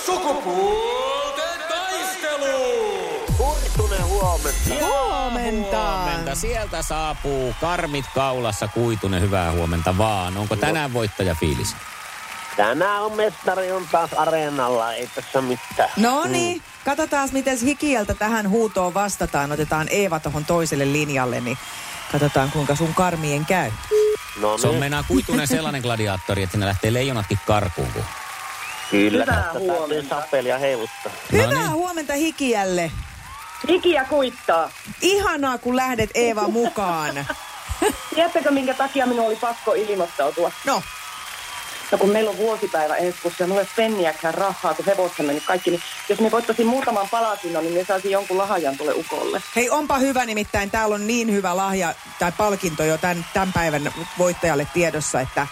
Sukupuolten taistelu! Kuitunen huomenta. Huomenta. Sieltä saapuu karmit kaulassa Kuitunen. Hyvää huomenta vaan. Onko tänään voittajafiilis? Tänään on mestari on taas areenalla, ei tässä mitään. No niin, katsotaan miten Hikiältä tähän huutoon vastataan. Otetaan Eeva tuohon toiselle linjalle, niin katsotaan kuinka sun karmien käy. No Se on niin, meinaa Kuitunen sellainen gladiaattori, että ne lähtee leijonatkin karkuun. kyllä Hyvää tästä täytyy huomenta. sappelia heiluttaa. Hyvää huomenta Hikiälle. Hikiä kuittaa. Ihanaa, kun lähdet Eeva mukaan. Tiedättekö, minkä takia minun oli pakko ilmoittautua? No, No kun meillä on vuosipäivä ensi kuussa ja mulla ei penniäkään rahaa, kun hevossa mennyt kaikki, niin jos me voittaisin muutaman palasinnon, niin me saisin jonkun lahjan tulle ukolle. hei onpa hyvä nimittäin. Täällä on niin hyvä lahja tai palkinto jo tämän päivän voittajalle tiedossa, että.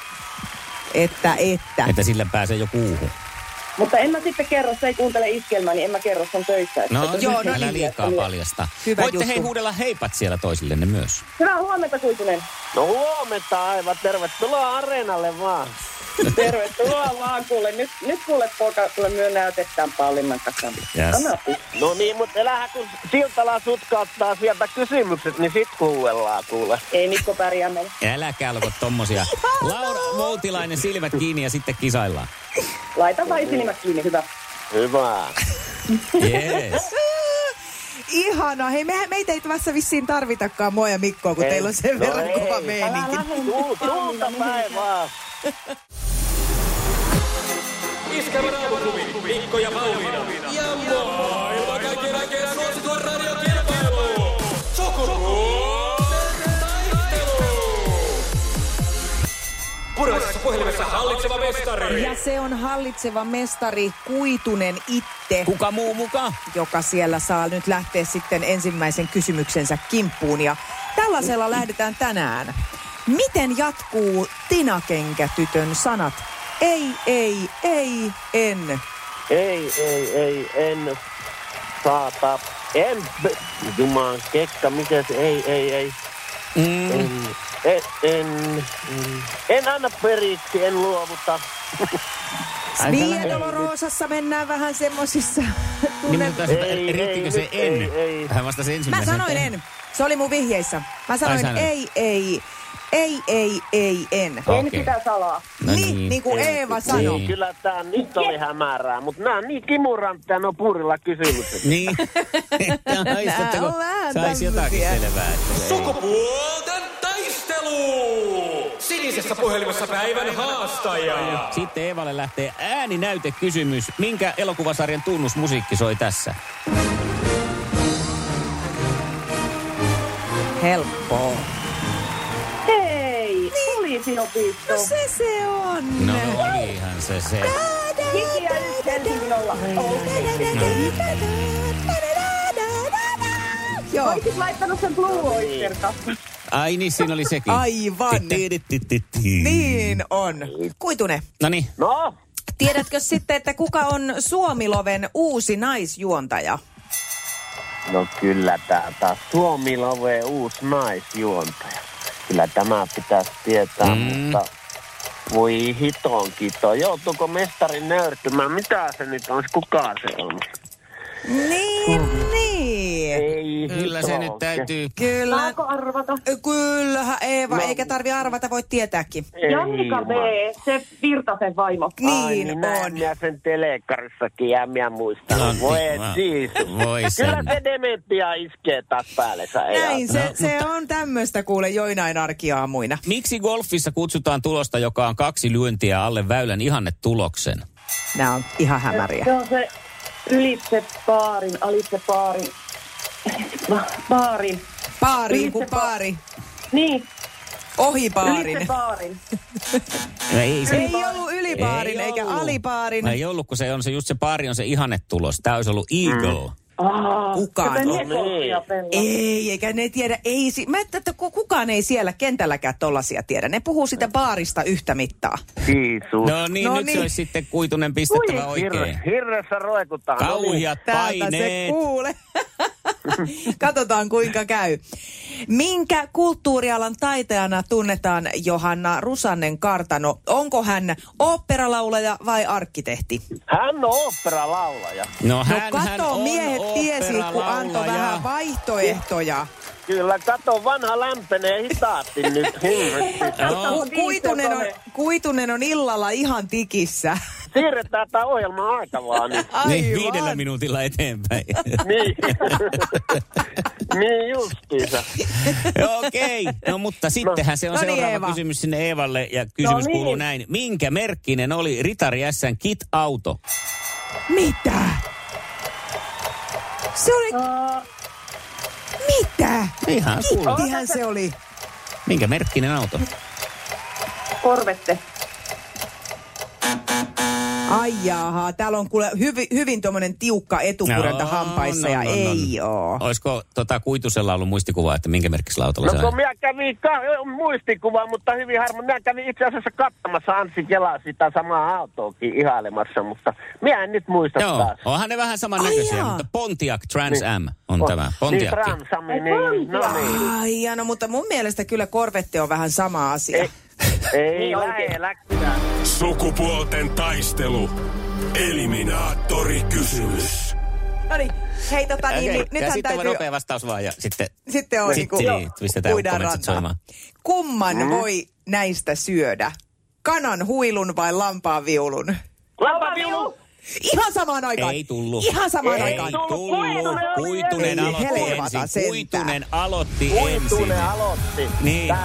Että sillä pääsee jo kuuhun. Mutta en mä sitten kerro, se ei kuuntele iskelmää, niin en mä kerro, se on töissä. Että No, se on joo, niin no älä hyviä, liikaa että- paljasta. Hyvä Voitte juttu. hei huudella heipat siellä toisillenne myös. Hyvää huomenta, Kuitunen. No huomenta aivan, tervetuloa areenalle vaan. Tervetuloa vaan kuule. Nyt kuule poika, kuule myö näytetään pallimman takana. Yes. No niin, mutta elähän kun Siltala sutkauttaa sieltä kysymykset, niin sit kuuellaan kuule. Ei Mikko pärjää meille. Äläkä alko tommosia. Laura Voutilainen, silmät kiinni ja sitten kisaillaan. Laita vain silmät kiinni, hyvä. Hyvä. Yes. Ihana. Hei, meitä ei tässä vissiin tarvitakaan Moja Mikkoa, kun Ei. teillä on sen No verran ei. kova Älä meininki. lähde Tulta päin vaan. Iskävä raamuklubi, Mikko ja Pauliina. Ja maailman kaikkien aikeen suosituen radiokilpailu. Sukupuolten taistelu! Puraisessa puhelimessa hallitseva mestari. Ja se on hallitseva mestari Kuitunen itse, Kuka muu mukaan? joka siellä saa nyt lähteä sitten ensimmäisen kysymyksensä kimppuun. Ja tällaisella lähdetään tänään. Miten jatkuu Tinakenkätytön sanat? Ei, en. Ei, en saata. Juman kekka, mikä se, ei. En anna periksi, en luovuta. Via Dolorosassa mennään vähän semmosissa. Niin, mutta riittikö se en? Ei. Hän vastasi Mä ensimmäisen. sanoin en. Se oli mun vihjeissä. Mä sanoin sanoit. ei, en. En Okei. sitä salaa. No niin kuin Eeva sanoi. Niin. Kyllä tää nyt oli hämärää, mutta nää on niin kimurantteja nuo puurilla kysymykset. Niin. Haistatteko? on vähän Sais jotakin tämmösiä. selvää. Että se ei. Sukupuolten taistelu! Sinisessä puhelimessa päivän haastaja. Sitten Eevalle lähtee ääninäytekysymys. Minkä elokuvasarjan tunnusmusiikki soi tässä? Helppoa. Hei, poliisiopisto. No se on. No olihan se. Hikiä Helsingin olla. Joo. Olisit laittanut sen Blue Oyster-kappan. Ai niin, siinä oli sekin. Aivan. Niin on. Kuitunen, Noniin. No, tiedätkö sitten, että kuka on Suomiloven uusi naisjuontaja? no kyllä tää taas Suomi Love uusi naisjuontaja. Kyllä tämä pitäisi tietää, mutta voi hiton kito. Joutuuko mestari nöyrtymään? Mitä se nyt on? Kuka se on? Niin. Ei Kyllä se hito. nyt täytyy. Kyllä. Saako arvata? Kyllähän Eeva, eikä tarvi arvata, voit tietääkin. Jannika B, se Virtasen vaimo. Niin Ai, on. näin minä sen telekkarissakin ja minä muistan. No, Voi no, siis. voi Kyllä sen. se dementia iskee taas päälle. Näin, se on tämmöistä kuule joinain arkiaamuina. Miksi golfissa kutsutaan tulosta, joka on 2 lyöntiä alle väylän ihannetuloksen? Nämä on ihan hämäriä. Se on se ylitse paarin, alitse paarin. Paarin. Paariin kuin paari. Niin, Ohi paarin. ylitse paarin. No ei se. Ei ollut ylipaarin Ei eikä ollut. alipaarin. No ei ollut, kun se on se just se paari on se ihannetulos. Tämä olisi ollut eagle. Kukaan. Niin. Ei, eikä ne tiedä. Mä ajattelin, että kukaan ei siellä kentälläkään tollasia tiedä. Ne puhuu sitä baarista yhtä mittaa. Kiitos. No niin, No nyt niin. se olisi sitten Kuitunen pistettävä oikein. Hirressä roikutaan. Kauhiat Täältä se paineet. kuule. Katsotaan kuinka käy. Minkä kulttuurialan taiteilijana tunnetaan Johanna Rusanen-Kartano? Onko hän oopperalaulaja vai arkkitehti? Hän on oopperalaulaja. No kato, on miehet tiesi, kun antoi vähän vaihtoehtoja. Kyllä, kato, vanha lämpenee hitaasti nyt. Kuitunen on illalla ihan tikissä. Siirretään tämä ohjelma aika vaan. Niin, 5 minuutilla eteenpäin. Niin justiinsa. Okei, no mutta sittenhän se on seuraava Eeva. kysymys sinne Eevalle. Ja kysymys kuuluu näin. Minkä merkkinen oli Ritari S:n Kit-auto? Mitä? Se oli... Mitä? Ihan kuuluu. Kittihän se oli. Minkä merkkinen auto? Korvette. Ai jaha, täällä on kuule hyvin tuommoinen tiukka etukurenta hampaissa ja ei oo. Olisiko Kuitusella ollut muistikuva, että minkä merkkisellä autolla se No kun on? minä kävin muistikuva, mutta hyvin harma. Minä kävin itse asiassa katsomassa Anssi Kelaa sitä samaa autoakin ihailemassa, mutta minä en nyt muista taas. Onhan ne vähän samannäköisiä, mutta Pontiac Trans Am on tämä. Pontiac. Niin, Transami, niin. No niin. Ai no, mutta mun mielestä kyllä Corvette on vähän sama asia. Ei läkkää. Sukupuolten taistelu. Eliminaattorikysymys. Noniin, hei Ja nythän sitten täytyy... nopea vastaus vaan ja sitten on pistetään uidaan ukkometsät rantaan. soimaan. Kumman voi näistä syödä? Kanan huilun vai lampaan viulun? Lampaviulu! Ihan samaan aikaan. Ei tullut. Ihan samaan aikaan. Ei tullut. Kuitunen Ei aloitti helvata ensin. sentään. Kuitunen aloitti ensin. Kuitunen aloitti. Niin.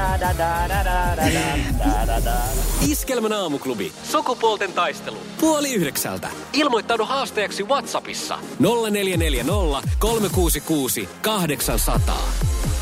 Iskelmän aamuklubi. Sukupuolten taistelu. 8:30. Ilmoittaudu haasteeksi WhatsAppissa. 0440 366 800.